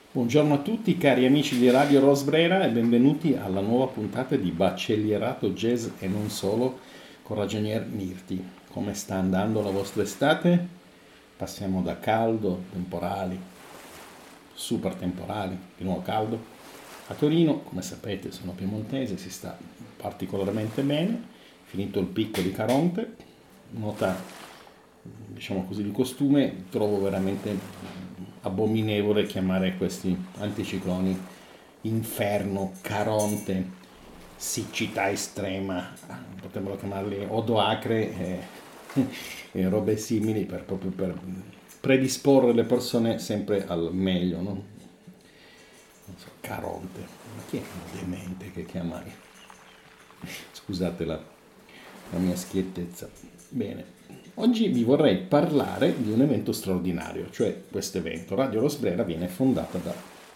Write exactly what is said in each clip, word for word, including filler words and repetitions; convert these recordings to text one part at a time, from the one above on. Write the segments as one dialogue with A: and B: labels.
A: Buongiorno a tutti cari amici di Radio Rosbrera e benvenuti alla nuova puntata di Baccellierato Jazz e non solo con Ragionier Mirti. Come sta andando la vostra estate? Passiamo da caldo, temporali, super temporali, di nuovo caldo. A Torino, come sapete, sono piemontese, si sta particolarmente bene, finito il picco di Caronte, nota, diciamo così, di costume, trovo veramente abominevole chiamare questi anticicloni inferno, Caronte, siccità estrema, potremmo chiamarli odoacre e, e robe simili per, proprio per predisporre le persone sempre al meglio, no? Non so, Caronte, ma chi è un demente che chiama? Scusate la, la mia schiettezza. Bene. Oggi vi vorrei parlare di un evento straordinario, cioè questo evento. Radio Rosbrera viene fondata da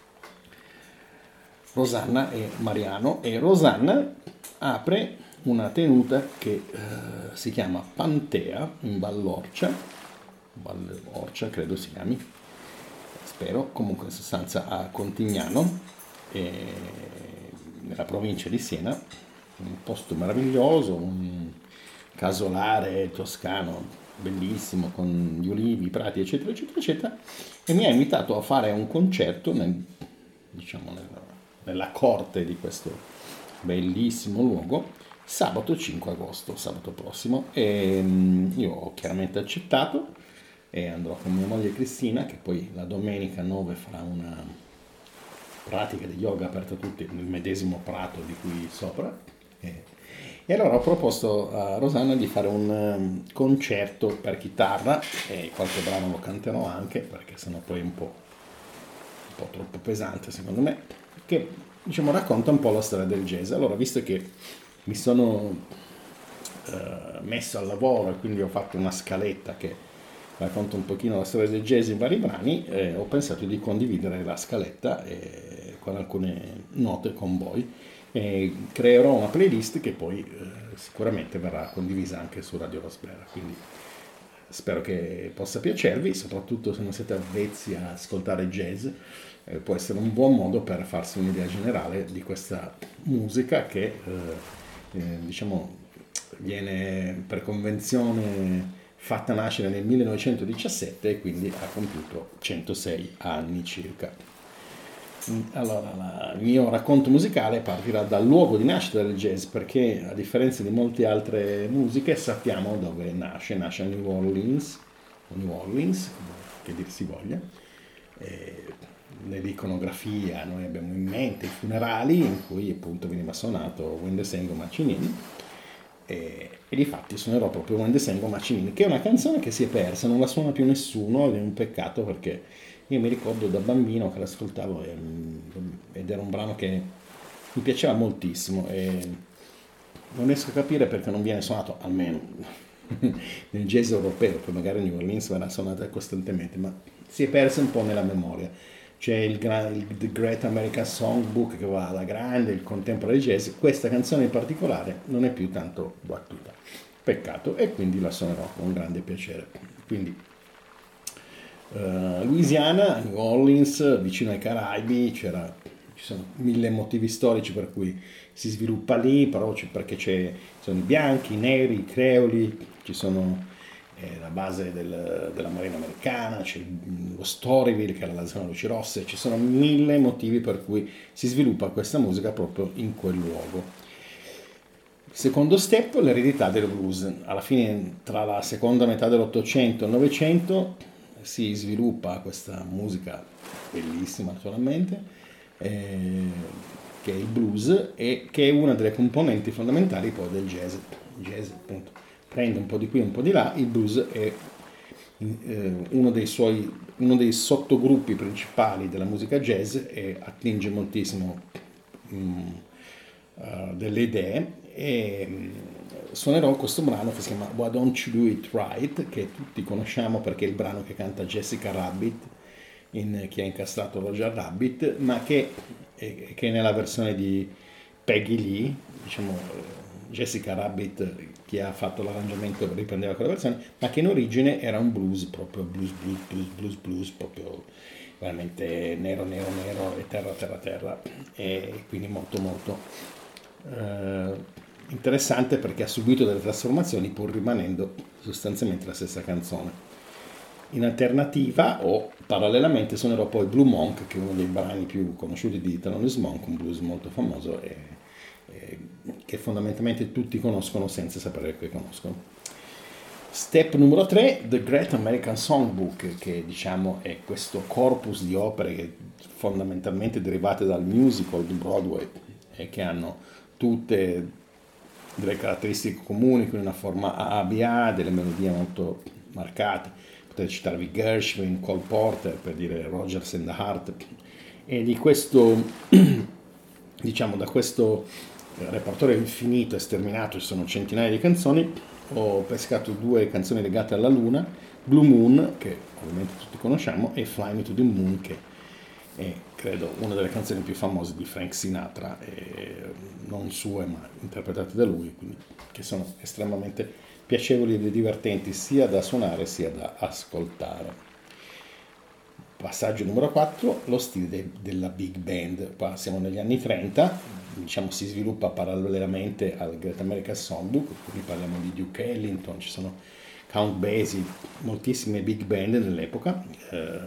A: Rosanna e Mariano e Rosanna apre una tenuta che eh, si chiama Pantea in Vallorcia, Vallorcia credo si chiami, spero, comunque in sostanza a Contignano, e nella provincia di Siena, un posto meraviglioso, un casolare toscano bellissimo con gli ulivi, i prati eccetera eccetera eccetera, e mi ha invitato a fare un concerto nel, diciamo nella, nella corte di questo bellissimo luogo sabato cinque agosto, sabato prossimo, e io ho chiaramente accettato e andrò con mia moglie Cristina, che poi la domenica nove farà una pratica di yoga aperta a tutti nel medesimo prato di qui sopra. E, e allora ho proposto a Rosanna di fare un um, concerto per chitarra, e qualche brano lo canterò anche, perché sennò poi è un po', un po' troppo pesante secondo me, che diciamo racconta un po' la storia del jazz. Allora, visto che mi sono uh, messo al lavoro e quindi ho fatto una scaletta che racconta un pochino la storia del jazz in vari brani, eh, ho pensato di condividere la scaletta eh, con alcune note con voi. E creerò una playlist che poi eh, sicuramente verrà condivisa anche su Radio Rosbrera, quindi spero che possa piacervi, soprattutto se non siete avvezzi a ascoltare jazz, eh, può essere un buon modo per farsi un'idea generale di questa musica che eh, eh, diciamo viene per convenzione fatta nascere nel millenovecentodiciassette e quindi ha compiuto centosei anni circa. Allora, il mio racconto musicale partirà dal luogo di nascita del jazz, perché a differenza di molte altre musiche sappiamo dove nasce, nasce a New Orleans, o New Orleans, che dir si voglia. E nell'iconografia noi abbiamo in mente i funerali in cui appunto veniva suonato When the Sango Macinin, e, e difatti suonerò proprio When the Sango Macinin, che è una canzone che si è persa, non la suona più nessuno ed è un peccato, perché io mi ricordo da bambino che l'ascoltavo e, ed era un brano che mi piaceva moltissimo e non riesco a capire perché non viene suonato almeno nel jazz europeo, poi magari New Orleans verrà suonata costantemente, ma si è persa un po' nella memoria. C'è il, il The Great American Songbook che va alla grande, il contemporary jazz, questa canzone in particolare non è più tanto battuta, peccato, e quindi la suonerò con grande piacere. Quindi Uh, Louisiana, New Orleans, vicino ai Caraibi, c'era, ci sono mille motivi storici per cui si sviluppa lì, però c'è, perché c'è, ci sono i bianchi, i neri, i creoli, ci sono eh, la base del, della Marina americana, c'è lo Storyville che era la zona luci rosse, ci sono mille motivi per cui si sviluppa questa musica proprio in quel luogo. Secondo step, l'eredità del blues. Alla fine, tra la seconda metà dell'Ottocento e il Novecento, si sviluppa questa musica bellissima naturalmente, eh, che è il blues, e che è una delle componenti fondamentali poi del jazz. Il jazz appunto prende un po' di qui e un po' di là, il blues è eh, uno dei suoi, uno dei sottogruppi principali della musica jazz e attinge moltissimo um, uh, delle idee, e um, suonerò questo brano che si chiama Why Don't You Do It Right, che tutti conosciamo perché è il brano che canta Jessica Rabbit, in, che ha incastrato Roger Rabbit, ma che, è, che è nella versione di Peggy Lee, diciamo Jessica Rabbit, chi ha fatto l'arrangiamento riprendeva quella versione, ma che in origine era un blues, proprio blues, blues, blues, blues, blues, proprio veramente nero, nero, nero e terra, terra, terra, e quindi molto, molto eh, interessante perché ha subito delle trasformazioni pur rimanendo sostanzialmente la stessa canzone. In alternativa o parallelamente suonerò poi Blue Monk, che è uno dei brani più conosciuti di Thelonious Monk, un blues molto famoso e, e che fondamentalmente tutti conoscono senza sapere che conoscono. Step numero tre, The Great American Songbook, che diciamo è questo corpus di opere che fondamentalmente derivate dal musical di Broadway e che hanno tutte delle caratteristiche comuni, quindi una forma A B A, delle melodie molto marcate. Potete citarvi Gershwin, Cole Porter, per dire Rodgers and the Hart, e di questo, diciamo, da questo repertorio infinito e sterminato, ci sono centinaia di canzoni, ho pescato due canzoni legate alla luna, Blue Moon, che ovviamente tutti conosciamo, e Fly Me to the Moon, che è, credo, una delle canzoni più famose di Frank Sinatra, e non sue, ma interpretate da lui, quindi, che sono estremamente piacevoli e divertenti sia da suonare sia da ascoltare. Passaggio numero quattro, lo stile de- della big band. Qua siamo negli anni trenta, diciamo si sviluppa parallelamente al Great American Songbook, quindi parliamo di Duke Ellington, ci sono Count Basie, moltissime big band nell'epoca. Eh,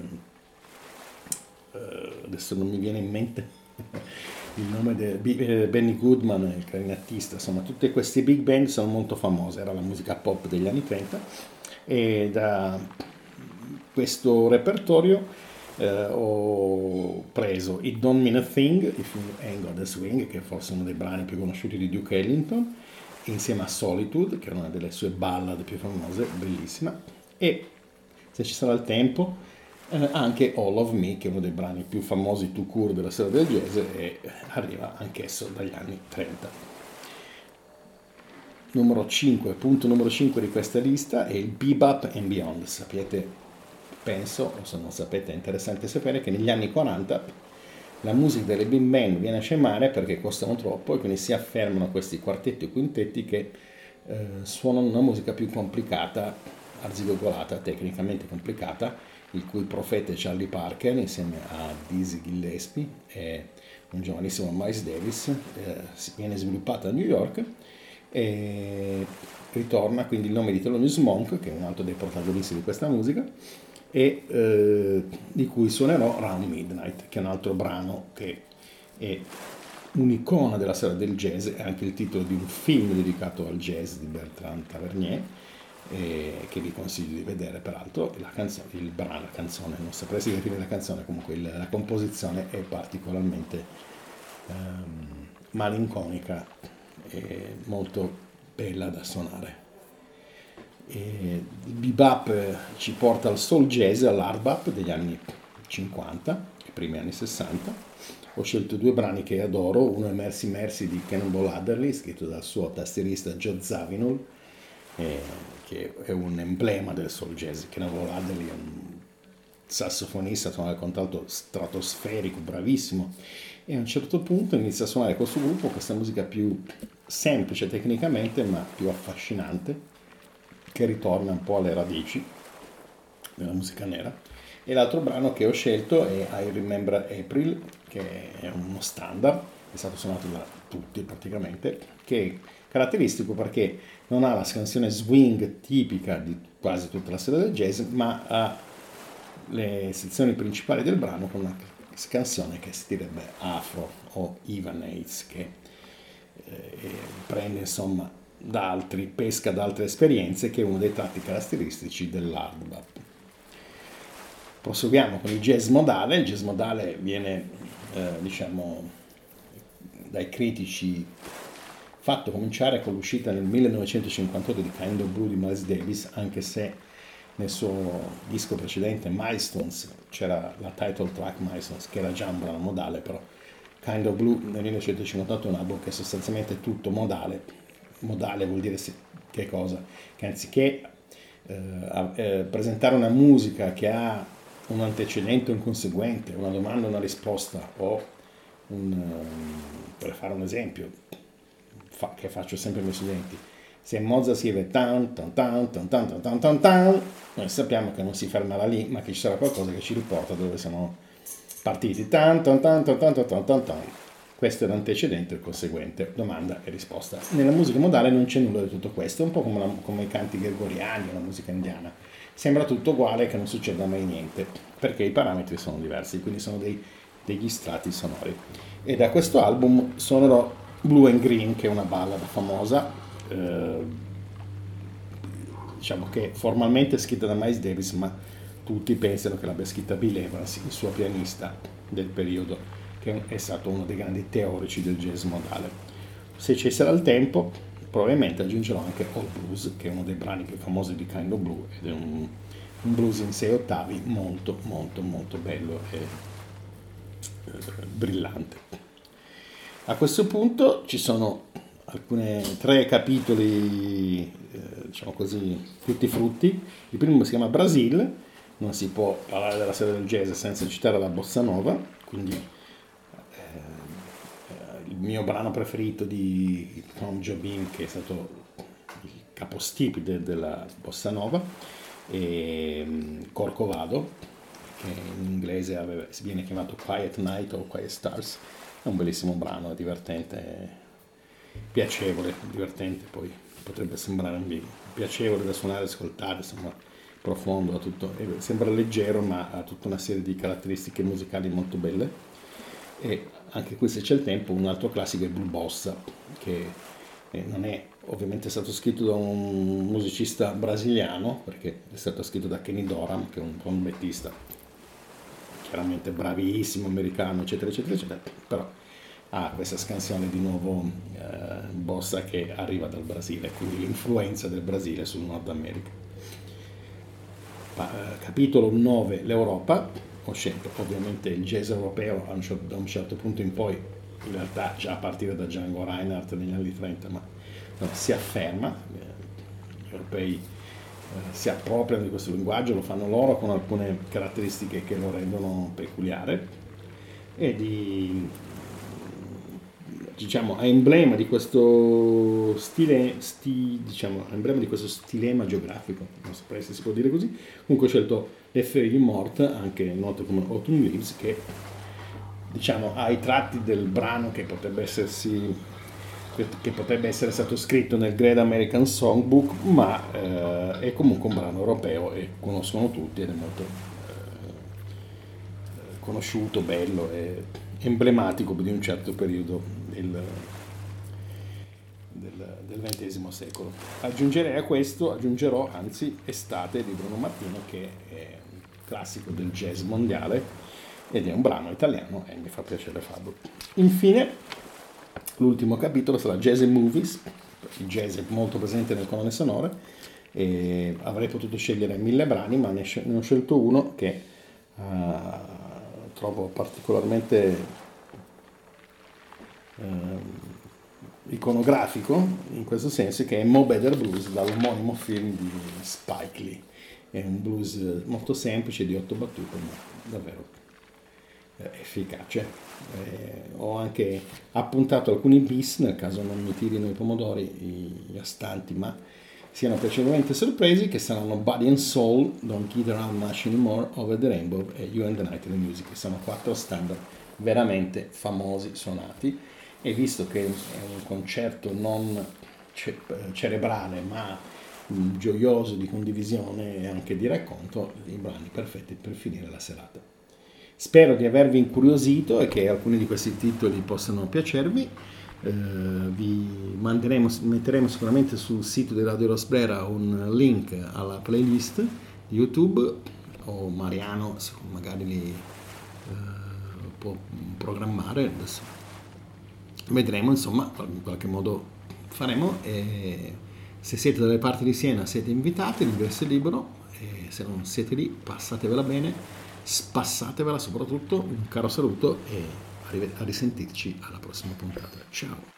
A: eh, adesso non mi viene in mente il nome di Benny Goodman, il clarinettista, insomma tutte queste big band sono molto famose, era la musica pop degli anni trenta, e da questo repertorio eh, ho preso It Don't Mean a Thing, If You Ain't Got the Swing, che è forse uno dei brani più conosciuti di Duke Ellington, insieme a Solitude, che è una delle sue ballad più famose, bellissima, e se ci sarà il tempo Eh, anche All of Me, che è uno dei brani più famosi tout court della storia del jazz e arriva anch'esso dagli anni trenta. Numero cinque, punto numero cinque di questa lista è il Bebop and Beyond. Sapete, penso, o se non sapete è interessante sapere che negli anni quaranta la musica delle big band viene a scemare perché costano troppo e quindi si affermano questi quartetti o quintetti che eh, suonano una musica più complicata, arzigogolata, tecnicamente complicata, il cui profeta è Charlie Parker insieme a Dizzy Gillespie e un giovanissimo Miles Davis. Eh, viene sviluppata a New York e ritorna quindi il nome di Thelonious Monk, che è un altro dei protagonisti di questa musica, e eh, di cui suonerò Round Midnight, che è un altro brano che è un'icona della storia del jazz, è anche il titolo di un film dedicato al jazz di Bertrand Tavernier, eh, che vi consiglio di vedere peraltro. La canzone, il brano, la canzone, non saprei se definire la canzone, comunque il, la composizione è particolarmente ehm, malinconica e molto bella da suonare. E il bebop ci porta al soul jazz, all'hard bop degli anni cinquanta e primi anni sessanta. Ho scelto due brani che adoro, uno è Mercy Mercy di Cannonball Adderley, scritto dal suo tastierista Joe Zawinul, eh, che è un emblema del soul jazz. Cannonball Adderley è un sassofonista, suona il contralto stratosferico, bravissimo, e a un certo punto inizia a suonare questo gruppo, questa musica più semplice tecnicamente ma più affascinante, che ritorna un po' alle radici della musica nera. E l'altro brano che ho scelto è I Remember April, che è uno standard, è stato suonato da tutti praticamente, che è caratteristico perché non ha la scansione swing tipica di quasi tutta la storia del jazz, ma ha le sezioni principali del brano con una scansione che si direbbe afro o Evenades, che eh, prende insomma da altri, pesca da altre esperienze, che è uno dei tratti caratteristici dell'hard bop. Proseguiamo con il jazz modale. Il jazz modale viene eh, diciamo dai critici fatto cominciare con l'uscita nel millenovecentocinquantotto di Kind of Blue di Miles Davis, anche se nel suo disco precedente Milestones c'era la title track Milestones, che era già un brano modale, però Kind of Blue nel millenovecentocinquantotto è un album che è sostanzialmente tutto modale. Modale vuol dire che cosa? Che anziché eh, eh, presentare una musica che ha un antecedente o un conseguente, una domanda e una risposta, o un, per fare un esempio fa, che faccio sempre ai miei studenti, Se Mozart scrive tan tan tan tan tan tan tan tan tan, noi sappiamo che non si fermerà lì, ma che ci sarà qualcosa che ci riporta dove siamo partiti. Tan tan tan tan tan tan tan tan. Questo è l'antecedente e il conseguente, domanda e risposta. Nella musica modale non c'è nulla di tutto questo, è un po' come, la, come i canti gregoriani o la musica indiana. Sembra tutto uguale, che non succeda mai niente, perché i parametri sono diversi, quindi sono dei, degli strati sonori. E da questo album suonerò Blue and Green, che è una ballad famosa, eh, diciamo che formalmente è scritta da Miles Davis, ma tutti pensano che l'abbia scritta Bill Evans, il suo pianista del periodo, che è stato uno dei grandi teorici del jazz modale. Se ci sarà il tempo, probabilmente aggiungerò anche All Blues, che è uno dei brani più famosi di Kind of Blue, ed è un, un blues in sei ottavi molto molto molto bello e eh, brillante. A questo punto ci sono alcune tre capitoli, eh, diciamo così, tutti frutti. Il primo si chiama Brasil, non si può parlare della storia del jazz senza citare la bossa nova, quindi il mio brano preferito di Tom Jobim, che è stato il capostipite della bossa nova, e Corcovado, che in inglese aveva, viene chiamato Quiet Night o Quiet Stars. È un bellissimo brano, è divertente, piacevole, divertente, poi potrebbe sembrare piacevole da suonare e ascoltare, insomma profondo, ha tutto, sembra leggero, ma ha tutta una serie di caratteristiche musicali molto belle. E anche qui, se c'è il tempo, un altro classico è Blue Bossa, che non è ovviamente stato scritto da un musicista brasiliano, perché è stato scritto da Kenny Dorham, che è un trombettista chiaramente bravissimo, americano, eccetera eccetera eccetera, però ha questa scansione di nuovo eh, bossa che arriva dal Brasile, quindi l'influenza del Brasile sul Nord America. Ma, eh, capitolo nove, l'Europa. Ho scelto ovviamente il jazz europeo da un certo punto in poi, in realtà già a partire da Django Reinhardt negli anni trenta, ma no, si afferma, gli europei eh, si appropriano di questo linguaggio, lo fanno loro con alcune caratteristiche che lo rendono peculiare, e di, diciamo, a emblema di questo stile, sti, diciamo, emblema di questo stilema geografico, non saprei se si può dire così. Comunque ho scelto Le Feuilles Mortes, anche noto come Autumn Leaves, che diciamo ha i tratti del brano che potrebbe essersi che potrebbe essere stato scritto nel Great American Songbook, ma eh, è comunque un brano europeo e conoscono tutti ed è molto eh, conosciuto, bello e emblematico di un certo periodo del, del, del ventesimo secolo. Aggiungerei a questo, aggiungerò anzi Estate di Bruno Martino, che è un classico del jazz mondiale ed è un brano italiano e mi fa piacere farlo. Infine, l'ultimo capitolo sarà Jazz and Movies. Il jazz è molto presente nel colonne sonore e avrei potuto scegliere mille brani, ma ne, ne ho scelto uno che uh, trovo particolarmente uh, iconografico in questo senso, che è Mo Better Blues, dall'omonimo film di Spike Lee. È un blues molto semplice di otto battute, ma davvero eh, efficace. Eh, ho anche appuntato alcuni bis, nel caso non mi tirino i pomodori, gli astanti, ma siano piacevolmente sorpresi, che saranno Body and Soul, Don't Kid Around Much Anymore, Over the Rainbow e You and the Night in the Music, che sono quattro standard veramente famosi, suonati. E visto che è un concerto non ce- cerebrale, ma gioioso di condivisione e anche di racconto, i brani perfetti per finire la serata. Spero di avervi incuriosito e che alcuni di questi titoli possano piacervi. Eh, vi manderemo, metteremo sicuramente sul sito di Radio Rosbrera un link alla playlist di YouTube, o Mariano magari li eh, può programmare. Adesso vedremo, insomma, in qualche modo faremo. E se siete dalle parti di Siena siete invitati, l'ingresso è libero, e se non siete lì passatevela bene, spassatevela soprattutto. Un caro saluto e a risentirci alla prossima puntata. Ciao!